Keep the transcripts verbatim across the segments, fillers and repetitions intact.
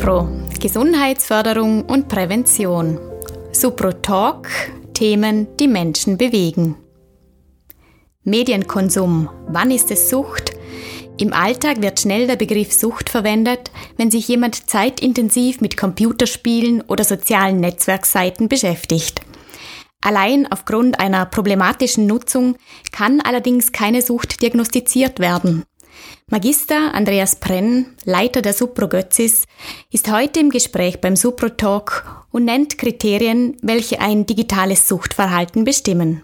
Supro, Gesundheitsförderung und Prävention. Supro Talk, Themen, die Menschen bewegen. Medienkonsum, wann ist es Sucht? Im Alltag wird schnell der Begriff Sucht verwendet, wenn sich jemand zeitintensiv mit Computerspielen oder sozialen Netzwerkseiten beschäftigt. Allein aufgrund einer problematischen Nutzung kann allerdings keine Sucht diagnostiziert werden. Magister Andreas Prenn, Leiter der Supro Götzis, ist heute im Gespräch beim Supro Talk und nennt Kriterien, welche ein digitales Suchtverhalten bestimmen.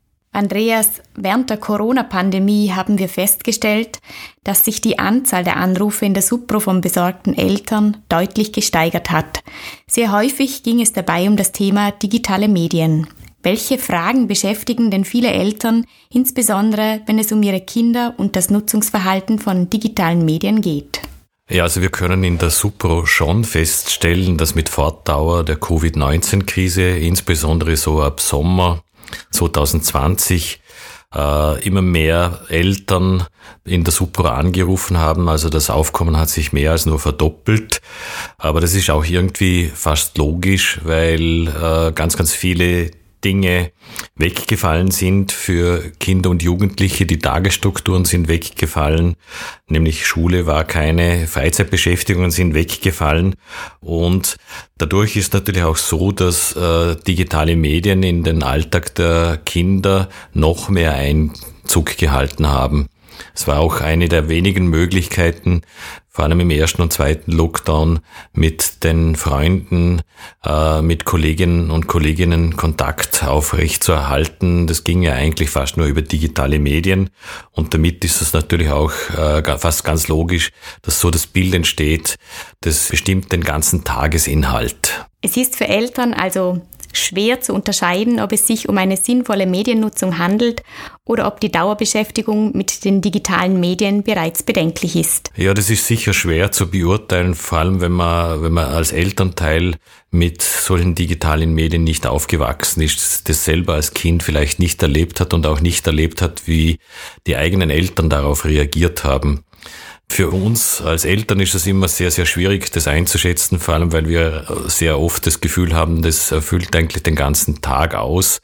Andreas, während der Corona-Pandemie haben wir festgestellt, dass sich die Anzahl der Anrufe in der Supro von besorgten Eltern deutlich gesteigert hat. Sehr häufig ging es dabei um das Thema digitale Medien. Welche Fragen beschäftigen denn viele Eltern, insbesondere wenn es um ihre Kinder und das Nutzungsverhalten von digitalen Medien geht? Ja, also wir können in der Supro schon feststellen, dass mit Fortdauer der Covid neunzehn Krise, insbesondere so ab Sommer zwanzig zwanzig, äh, immer mehr Eltern in der Supro angerufen haben. Also das Aufkommen hat sich mehr als nur verdoppelt. Aber das ist auch irgendwie fast logisch, weil äh, ganz, ganz viele Dinge weggefallen sind für Kinder und Jugendliche. Die Tagesstrukturen sind weggefallen, nämlich Schule war keine, Freizeitbeschäftigungen sind weggefallen und dadurch ist natürlich auch so, dass äh, digitale Medien in den Alltag der Kinder noch mehr Einzug gehalten haben. Es war auch eine der wenigen Möglichkeiten, vor allem im ersten und zweiten Lockdown, mit den Freunden, äh, mit Kolleginnen und Kolleginnen Kontakt aufrechtzuerhalten. Das ging ja eigentlich fast nur über digitale Medien und damit ist es natürlich auch äh, fast ganz logisch, dass so das Bild entsteht, das bestimmt den ganzen Tagesinhalt. Es ist für Eltern also schwer zu unterscheiden, ob es sich um eine sinnvolle Mediennutzung handelt oder ob die Dauerbeschäftigung mit den digitalen Medien bereits bedenklich ist. Ja, das ist sicher schwer zu beurteilen, vor allem wenn man, wenn man als Elternteil mit solchen digitalen Medien nicht aufgewachsen ist, das selber als Kind vielleicht nicht erlebt hat und auch nicht erlebt hat, wie die eigenen Eltern darauf reagiert haben. Für uns als Eltern ist es immer sehr, sehr schwierig, das einzuschätzen, vor allem weil wir sehr oft das Gefühl haben, das erfüllt eigentlich den ganzen Tag aus.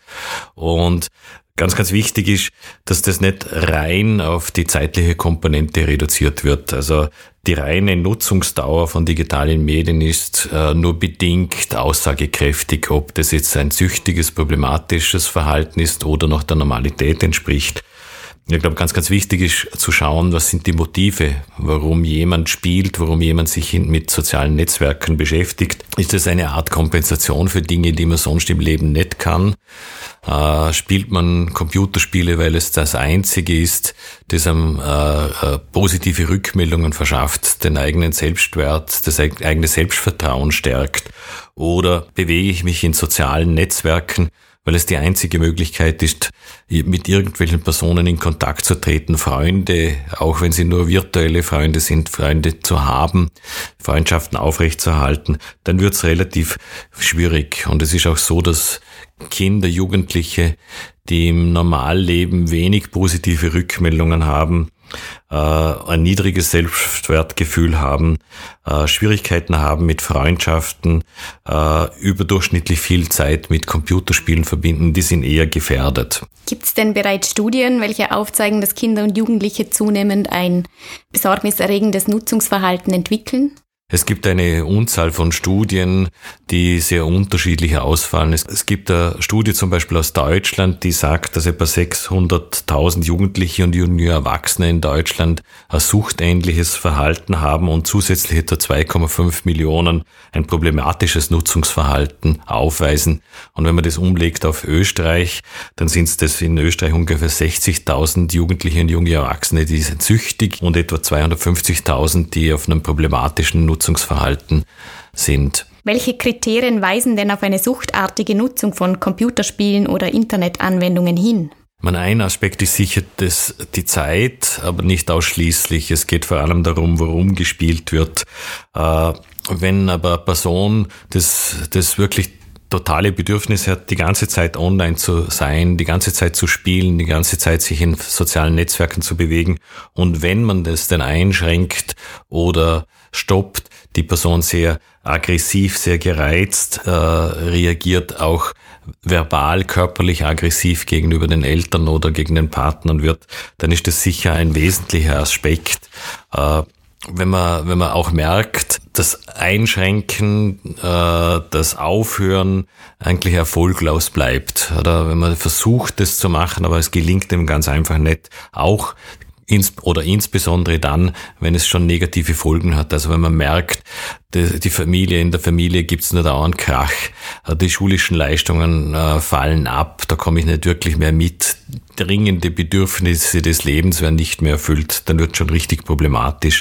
Und ganz, ganz wichtig ist, dass das nicht rein auf die zeitliche Komponente reduziert wird. Also die reine Nutzungsdauer von digitalen Medien ist äh, nur bedingt aussagekräftig, ob das jetzt ein süchtiges, problematisches Verhalten ist oder noch der Normalität entspricht. Ich glaube, ganz, ganz wichtig ist zu schauen, was sind die Motive, warum jemand spielt, warum jemand sich mit sozialen Netzwerken beschäftigt. Ist das eine Art Kompensation für Dinge, die man sonst im Leben nicht kann? Äh, spielt man Computerspiele, weil es das Einzige ist, das einem äh, äh, positive Rückmeldungen verschafft, den eigenen Selbstwert, das eigene Selbstvertrauen stärkt? Oder bewege ich mich in sozialen Netzwerken, weil es die einzige Möglichkeit ist, mit irgendwelchen Personen in Kontakt zu treten, Freunde, auch wenn sie nur virtuelle Freunde sind, Freunde zu haben, Freundschaften aufrechtzuerhalten, dann wird es relativ schwierig. Und es ist auch so, dass Kinder, Jugendliche, die im Normalleben wenig positive Rückmeldungen haben, äh, ein niedriges Selbstwertgefühl haben, äh, Schwierigkeiten haben mit Freundschaften, äh, überdurchschnittlich viel Zeit mit Computerspielen verbinden, die sind eher gefährdet. Gibt es denn bereits Studien, welche aufzeigen, dass Kinder und Jugendliche zunehmend ein besorgniserregendes Nutzungsverhalten entwickeln? Es gibt eine Unzahl von Studien, die sehr unterschiedlich ausfallen. Es, es gibt eine Studie zum Beispiel aus Deutschland, die sagt, dass etwa sechshunderttausend Jugendliche und junge Erwachsene in Deutschland ein suchtähnliches Verhalten haben und zusätzlich etwa zwei Komma fünf Millionen ein problematisches Nutzungsverhalten aufweisen. Und wenn man das umlegt auf Österreich, dann sind es das in Österreich ungefähr sechzigtausend Jugendliche und junge Erwachsene, die sind süchtig und etwa zweihundertfünfzigtausend, die auf einem problematischen Nutzungsverhalten sind. Welche Kriterien weisen denn auf eine suchtartige Nutzung von Computerspielen oder Internetanwendungen hin? Man, ein Aspekt ist sicher das, die Zeit, aber nicht ausschließlich. Es geht vor allem darum, worum gespielt wird. Äh, wenn aber eine Person das, das wirklich totale Bedürfnis hat, die ganze Zeit online zu sein, die ganze Zeit zu spielen, die ganze Zeit sich in sozialen Netzwerken zu bewegen. Und wenn man das dann einschränkt oder stoppt, die Person sehr aggressiv, sehr gereizt äh, reagiert, auch verbal, körperlich aggressiv gegenüber den Eltern oder gegen den Partnern wird, dann ist das sicher ein wesentlicher Aspekt. Äh, wenn man, wenn man auch merkt, das Einschränken, äh, das Aufhören eigentlich erfolglos bleibt. Oder wenn man versucht, das zu machen, aber es gelingt dem ganz einfach nicht. Auch ins, oder insbesondere dann, wenn es schon negative Folgen hat. Also wenn man merkt, die, die Familie, in der Familie gibt's nur dauernd Krach, die schulischen Leistungen äh, fallen ab, da komme ich nicht wirklich mehr mit, dringende Bedürfnisse des Lebens werden nicht mehr erfüllt, dann wird schon richtig problematisch.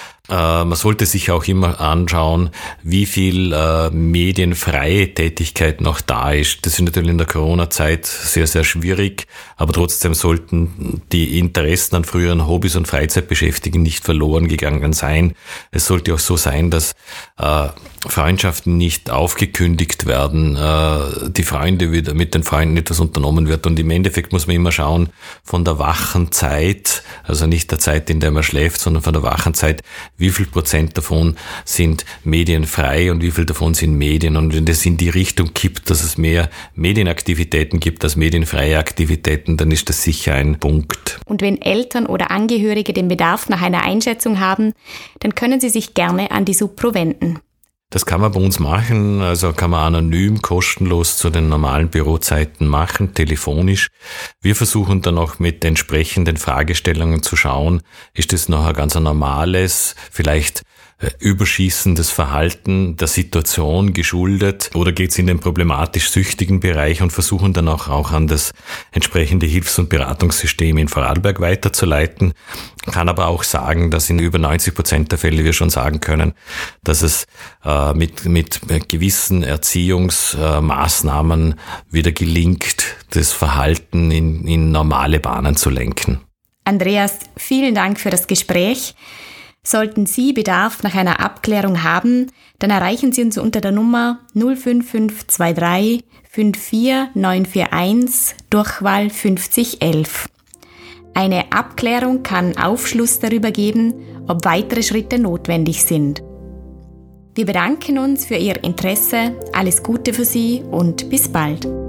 Äh, man sollte sich auch immer anschauen, wie viel äh, medienfreie Tätigkeit noch da ist. Das ist natürlich in der Corona-Zeit sehr, sehr schwierig, aber trotzdem sollten die Interessen an früheren Hobbys und Freizeitbeschäftigungen nicht verloren gegangen sein. Es sollte auch so sein, dass äh, Freundschaften nicht aufgekündigt werden, äh, die Freunde wieder mit den Freunden etwas unternommen wird. Und im Endeffekt muss man immer schauen, von der wachen Zeit, also nicht der Zeit, in der man schläft, sondern von der wachen Zeit, wie viel Prozent davon sind medienfrei und wie viel davon sind Medien. Und wenn das in die Richtung kippt, dass es mehr Medienaktivitäten gibt als medienfreie Aktivitäten, dann ist das sicher ein Punkt. Und wenn Eltern oder Angehörige den Bedarf nach einer Einschätzung haben, dann können sie sich gerne an die Supro wenden. Das kann man bei uns machen, also kann man anonym, kostenlos zu den normalen Bürozeiten machen, telefonisch. Wir versuchen dann auch mit entsprechenden Fragestellungen zu schauen, ist das noch ein ganz normales, vielleicht überschießendes Verhalten der Situation geschuldet oder geht es in den problematisch süchtigen Bereich, und versuchen dann auch, auch an das entsprechende Hilfs- und Beratungssystem in Vorarlberg weiterzuleiten. Kann aber auch sagen, dass in über neunzig Prozent der Fälle wir schon sagen können, dass es äh, mit, mit gewissen Erziehungsmaßnahmen äh, wieder gelingt, das Verhalten in, in normale Bahnen zu lenken. Andreas, vielen Dank für das Gespräch. Sollten Sie Bedarf nach einer Abklärung haben, dann erreichen Sie uns unter der Nummer null fünf fünf zwei drei fünf vier neun vier eins, Durchwahl fünfzig elf. Eine Abklärung kann Aufschluss darüber geben, ob weitere Schritte notwendig sind. Wir bedanken uns für Ihr Interesse, alles Gute für Sie und bis bald.